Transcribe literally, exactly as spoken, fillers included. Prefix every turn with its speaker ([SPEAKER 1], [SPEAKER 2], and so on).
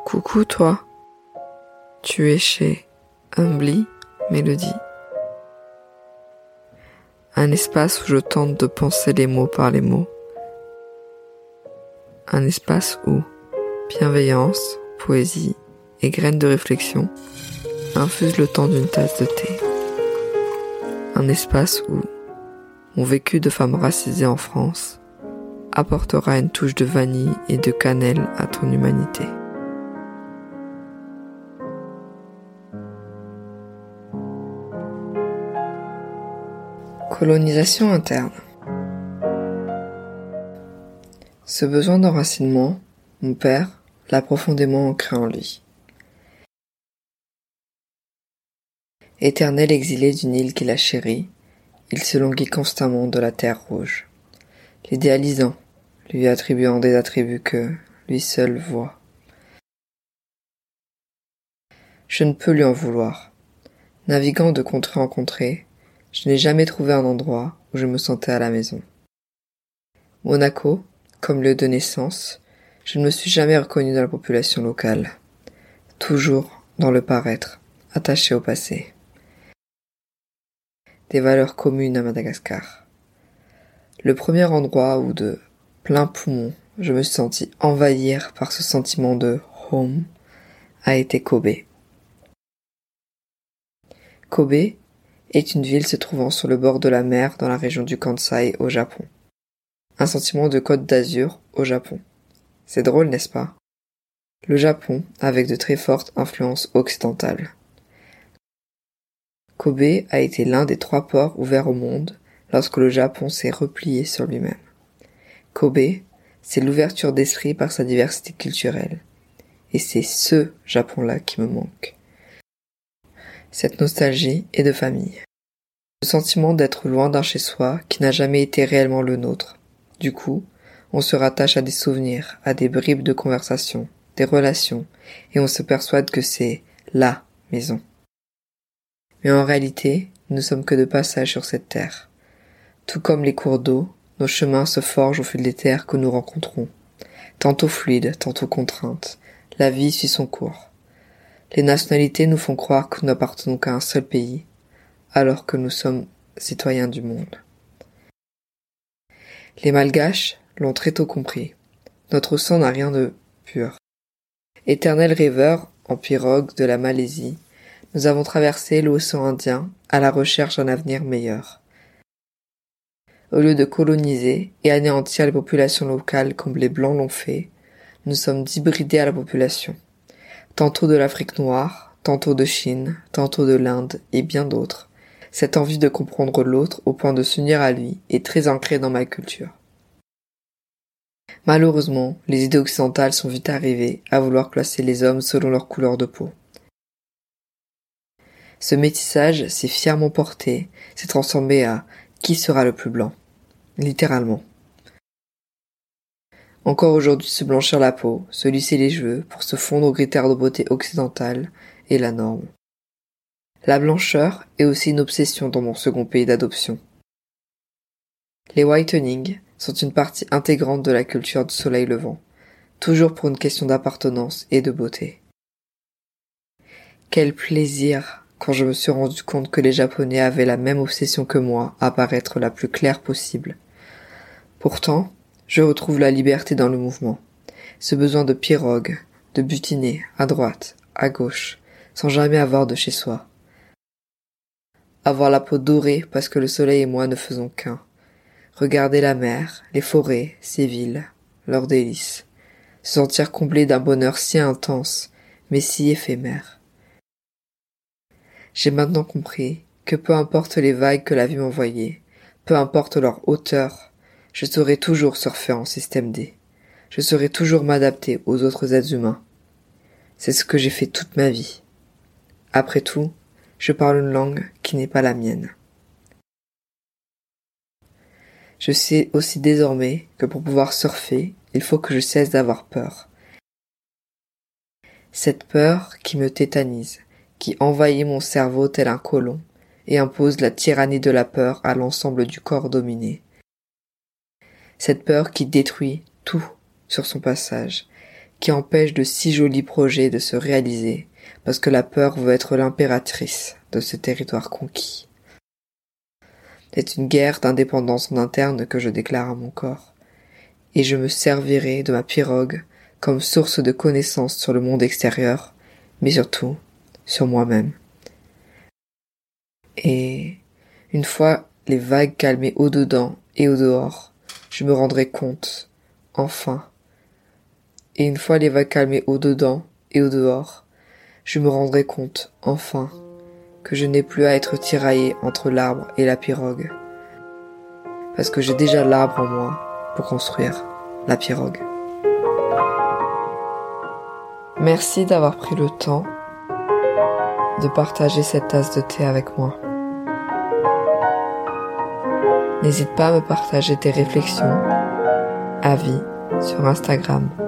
[SPEAKER 1] Coucou toi, tu es chez Humbly Mélodie. Un espace où je tente de penser les mots par les mots. Un espace où bienveillance, poésie et graines de réflexion infusent le temps d'une tasse de thé. Un espace où mon vécu de femme racisée en France apportera une touche de vanille et de cannelle à ton humanité. Colonisation interne. Ce besoin d'enracinement, mon père l'a profondément ancré en lui. Éternel exilé d'une île qu'il a chérie, il se languit constamment de la terre rouge, l'idéalisant, lui attribuant des attributs que lui seul voit. Je ne peux lui en vouloir. Naviguant de contrée en contrée, je n'ai jamais trouvé un endroit où je me sentais à la maison. Monaco, comme lieu de naissance, je ne me suis jamais reconnu dans la population locale, toujours dans le paraître, attaché au passé. Des valeurs communes à Madagascar. Le premier endroit où de plein poumon je me suis senti envahir par ce sentiment de home a été Kobe. Kobe est une ville se trouvant sur le bord de la mer dans la région du Kansai au Japon. Un sentiment de Côte d'Azur au Japon. C'est drôle, n'est-ce pas? Le Japon avec de très fortes influences occidentales. Kobe a été l'un des trois ports ouverts au monde lorsque le Japon s'est replié sur lui-même. Kobe, c'est l'ouverture d'esprit par sa diversité culturelle. Et c'est ce Japon-là qui me manque. Cette nostalgie est de famille. Le sentiment d'être loin d'un chez-soi qui n'a jamais été réellement le nôtre. Du coup, on se rattache à des souvenirs, à des bribes de conversation, des relations, et on se persuade que c'est LA maison. Mais en réalité, nous ne sommes que de passage sur cette terre. Tout comme les cours d'eau, nos chemins se forgent au fil des terres que nous rencontrons. Tantôt fluides, tantôt contraintes. La vie suit son cours. Les nationalités nous font croire que nous n'appartenons qu'à un seul pays, alors que nous sommes citoyens du monde. Les Malgaches l'ont très tôt compris. Notre sang n'a rien de pur. Éternels rêveurs en pirogue de la Malaisie, nous avons traversé l'océan Indien à la recherche d'un avenir meilleur. Au lieu de coloniser et anéantir les populations locales comme les Blancs l'ont fait, nous sommes hybridés à la population. Tantôt de l'Afrique noire, tantôt de Chine, tantôt de l'Inde et bien d'autres. Cette envie de comprendre l'autre au point de s'unir à lui est très ancrée dans ma culture. Malheureusement, les idées occidentales sont vite arrivées à vouloir classer les hommes selon leur couleur de peau. Ce métissage si fièrement porté s'est transformé à « qui sera le plus blanc ?» littéralement. Encore aujourd'hui, se blanchir la peau, se lisser les cheveux pour se fondre aux critères de beauté occidentale est la norme. La blancheur est aussi une obsession dans mon second pays d'adoption. Les whitenings sont une partie intégrante de la culture du soleil levant, toujours pour une question d'appartenance et de beauté. Quel plaisir quand je me suis rendu compte que les Japonais avaient la même obsession que moi à paraître la plus claire possible. Pourtant, je retrouve la liberté dans le mouvement, ce besoin de pirogue, de butiner à droite, à gauche, sans jamais avoir de chez soi. Avoir la peau dorée parce que le soleil et moi ne faisons qu'un. Regarder la mer, les forêts, ces villes, leurs délices. Se sentir comblé d'un bonheur si intense, mais si éphémère. J'ai maintenant compris que peu importe les vagues que la vie m'envoyait, peu importe leur hauteur, je saurai toujours surfer en système D. Je saurai toujours m'adapter aux autres êtres humains. C'est ce que j'ai fait toute ma vie. Après tout, je parle une langue qui n'est pas la mienne. Je sais aussi désormais que pour pouvoir surfer, il faut que je cesse d'avoir peur. Cette peur qui me tétanise, qui envahit mon cerveau tel un colon et impose la tyrannie de la peur à l'ensemble du corps dominé. Cette peur qui détruit tout sur son passage, qui empêche de si jolis projets de se réaliser parce que la peur veut être l'impératrice de ce territoire conquis. C'est une guerre d'indépendance en interne que je déclare à mon corps, et je me servirai de ma pirogue comme source de connaissances sur le monde extérieur, mais surtout sur moi-même. Et une fois les vagues calmées au-dedans et au-dehors, je me rendrai compte, enfin, et une fois les vagues calmées au-dedans et au-dehors, je me rendrai compte, enfin, que je n'ai plus à être tiraillé entre l'arbre et la pirogue, parce que j'ai déjà l'arbre en moi pour construire la pirogue. Merci d'avoir pris le temps de partager cette tasse de thé avec moi. N'hésite pas à me partager tes réflexions, avis sur Instagram